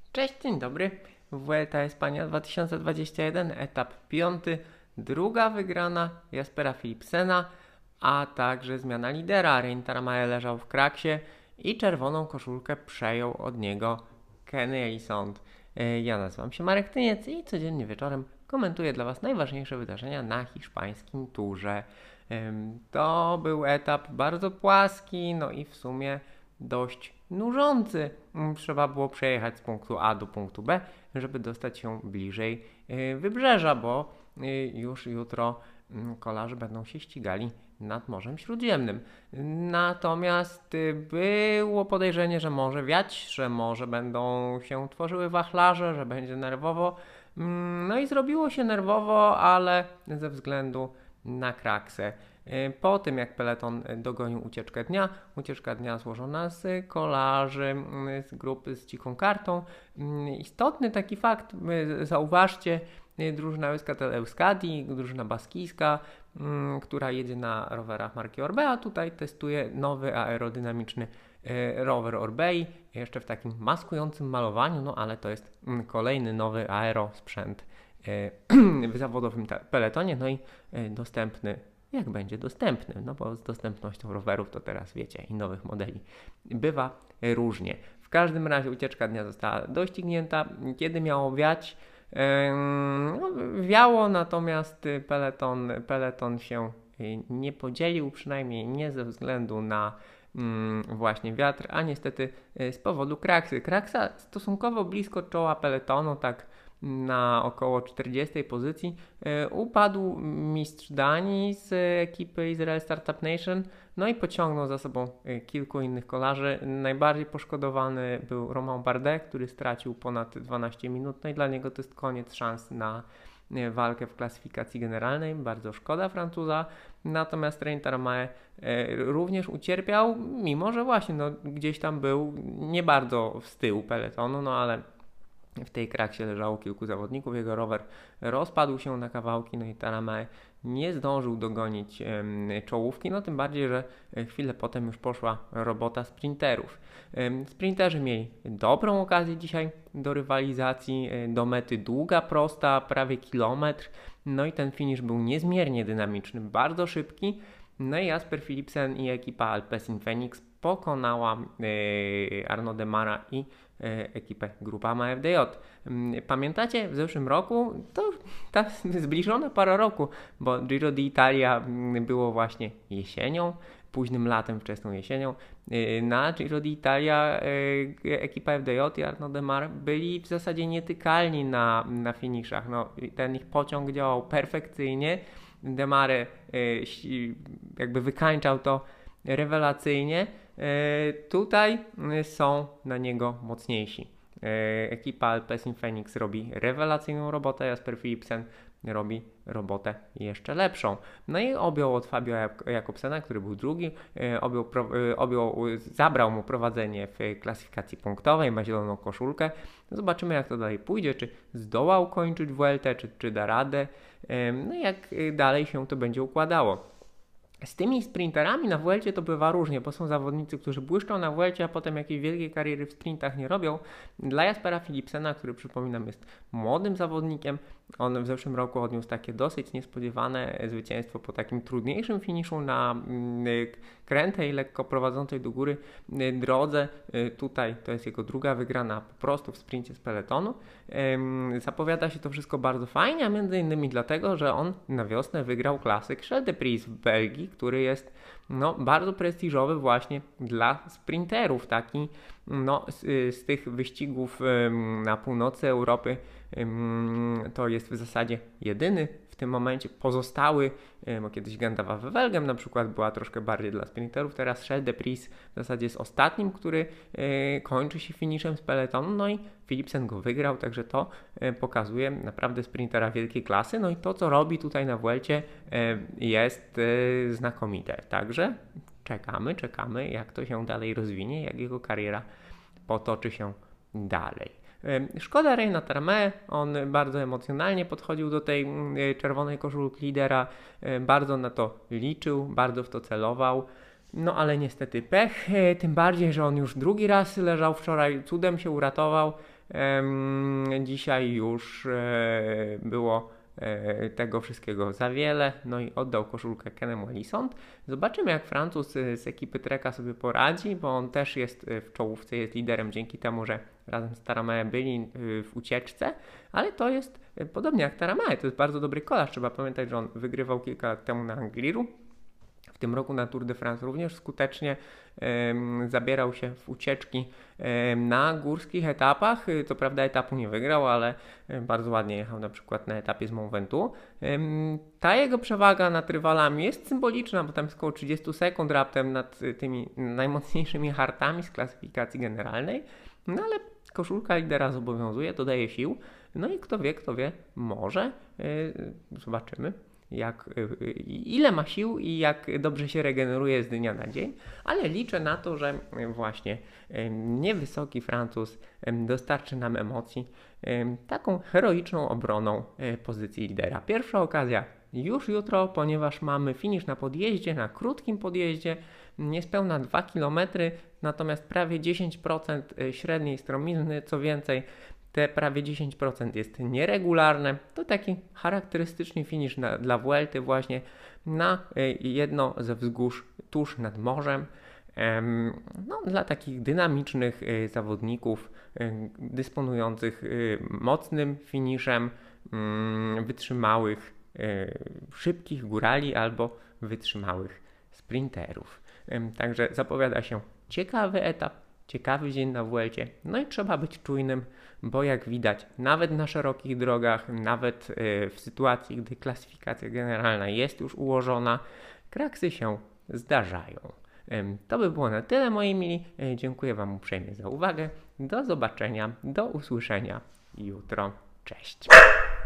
Cześć, dzień dobry. Vuelta Espania 2021, etap 5, druga wygrana Jaspera Philipsena, a także zmiana lidera. Rein Taramae leżał w kraksie i czerwoną koszulkę przejął od niego Kenny Elissonde. Ja nazywam się Marek Tyniec i codziennie wieczorem komentuję dla Was najważniejsze wydarzenia na hiszpańskim turze. To był etap bardzo płaski, no i w sumie dość nużący. Trzeba było przejechać z punktu A do punktu B, żeby dostać się bliżej wybrzeża, bo już jutro kolarze będą się ścigali nad Morzem Śródziemnym. Natomiast było podejrzenie, że może wiać, że może będą się tworzyły wachlarze, że będzie nerwowo. No i zrobiło się nerwowo, ale ze względu na kraksę. Po tym jak peleton dogonił ucieczka dnia złożona z kolarzy, z grupy z dziką kartą. Istotny taki fakt, zauważcie, drużyna Euskaltel Euskadi, drużyna baskijska, która jedzie na rowerach marki Orbea, tutaj testuje nowy aerodynamiczny rower Orbei, jeszcze w takim maskującym malowaniu, no ale to jest kolejny nowy aerosprzęt w zawodowym peletonie, no i dostępny jak będzie dostępny, no bo z dostępnością rowerów to teraz wiecie i nowych modeli bywa różnie. W każdym razie ucieczka dnia została doścignięta, kiedy miało wiać. No, wiało, natomiast peleton się nie podzielił, przynajmniej nie ze względu na właśnie wiatr, a niestety z powodu kraksy. Kraksa stosunkowo blisko czoła peletonu, tak na około 40 pozycji upadł mistrz Danii z ekipy Israel Startup Nation, no i pociągnął za sobą kilku innych kolarzy. Najbardziej poszkodowany był Romain Bardet, który stracił ponad 12 minut, no i dla niego to jest koniec szans na walkę w klasyfikacji generalnej. Bardzo szkoda Francuza, natomiast Rein Taramae również ucierpiał, mimo że właśnie gdzieś tam był nie bardzo z tyłu peletonu, no ale w tej kraksie leżało kilku zawodników, jego rower rozpadł się na kawałki, no i Taramae nie zdążył dogonić czołówki, no tym bardziej, że chwilę potem już poszła robota sprinterów. Sprinterzy mieli dobrą okazję dzisiaj do rywalizacji, do mety długa, prosta, prawie kilometr, no i ten finisz był niezmiernie dynamiczny, bardzo szybki, no i Jasper Philipsen i ekipa Alpecin Phoenix pokonała Arnaud Démara i ekipę Groupama FDJ. Pamiętacie, w zeszłym roku, to ta zbliżona para roku, bo Giro d'Italia było właśnie jesienią, późnym latem, wczesną jesienią. Na Giro d'Italia ekipa FDJ i Arnaud Démare byli w zasadzie nietykalni na finiszach. No, ten ich pociąg działał perfekcyjnie. Démare jakby wykańczał to rewelacyjnie. Tutaj są na niego mocniejsi. Ekipa Alpecin Phoenix robi rewelacyjną robotę, Jasper Philipsen robi robotę jeszcze lepszą. No i objął od Fabio Jakobsena, który był drugi, zabrał mu prowadzenie w klasyfikacji punktowej, ma zieloną koszulkę. Zobaczymy, jak to dalej pójdzie, czy zdoła ukończyć Vueltę, czy da radę, no i jak dalej się to będzie układało. Z tymi sprinterami na Vuelcie to bywa różnie, bo są zawodnicy, którzy błyszczą na Vuelcie, a potem jakiejś wielkiej kariery w sprintach nie robią. Dla Jaspera Philipsena, który przypominam jest młodym zawodnikiem, on w zeszłym roku odniósł takie dosyć niespodziewane zwycięstwo po takim trudniejszym finiszu na krętej, lekko prowadzącej do góry drodze. Tutaj to jest jego druga wygrana po prostu w sprincie z peletonu. Zapowiada się to wszystko bardzo fajnie, a między innymi dlatego, że on na wiosnę wygrał klasyk Champ de Pries w Belgii, który jest bardzo prestiżowy właśnie dla sprinterów. Taki z tych wyścigów na północy Europy to jest w zasadzie jedyny w tym momencie pozostały, bo kiedyś Gandava-Wevelgem na przykład była troszkę bardziej dla sprinterów, teraz Champ de Pries w zasadzie jest ostatnim, który kończy się finiszem z peletonu, no i Philipsen go wygrał, także to pokazuje naprawdę sprintera wielkiej klasy, no i to, co robi tutaj na Vuelcie jest znakomite, także czekamy, jak to się dalej rozwinie, jak jego kariera potoczy się dalej. Szkoda Reina Taramae, on bardzo emocjonalnie podchodził do tej czerwonej koszulki lidera, bardzo na to liczył, bardzo w to celował, no ale niestety pech, tym bardziej, że on już drugi raz leżał wczoraj, cudem się uratował, Dzisiaj już było tego wszystkiego za wiele, no i oddał koszulkę Kennemu Ellison. Zobaczymy, jak Francuz z ekipy Treka sobie poradzi, bo on też jest w czołówce, jest liderem dzięki temu, że razem z Taramae byli w ucieczce, ale to jest podobnie jak Taramae, to jest bardzo dobry kolarz. Trzeba pamiętać, że on wygrywał kilka lat temu na Angliru. W tym roku na Tour de France również skutecznie zabierał się w ucieczki na górskich etapach. Co prawda etapu nie wygrał, ale bardzo ładnie jechał na przykład na etapie z Mont Ventoux. Ta jego przewaga nad rywalami jest symboliczna, bo tam jest około 30 sekund raptem nad tymi najmocniejszymi hartami z klasyfikacji generalnej. No ale koszulka lidera zobowiązuje, to daje sił. No i kto wie, może. Zobaczymy. Ile ma sił i jak dobrze się regeneruje z dnia na dzień, ale liczę na to, że właśnie niewysoki Francuz dostarczy nam emocji taką heroiczną obroną pozycji lidera. Pierwsza okazja już jutro, ponieważ mamy finisz na podjeździe, na krótkim podjeździe, niespełna 2 km, natomiast prawie 10% średniej stromizny, co więcej, te prawie 10% jest nieregularne. To taki charakterystyczny finisz dla Vuelty właśnie na jedno ze wzgórz tuż nad morzem. No, dla takich dynamicznych zawodników dysponujących mocnym finiszem, wytrzymałych, szybkich górali albo wytrzymałych sprinterów. Także zapowiada się ciekawy etap, ciekawy dzień na Vuelcie. No i trzeba być czujnym, bo jak widać, nawet na szerokich drogach, nawet w sytuacji, gdy klasyfikacja generalna jest już ułożona, kraksy się zdarzają. To by było na tyle, moi mili. Dziękuję Wam uprzejmie za uwagę. Do zobaczenia, do usłyszenia jutro. Cześć.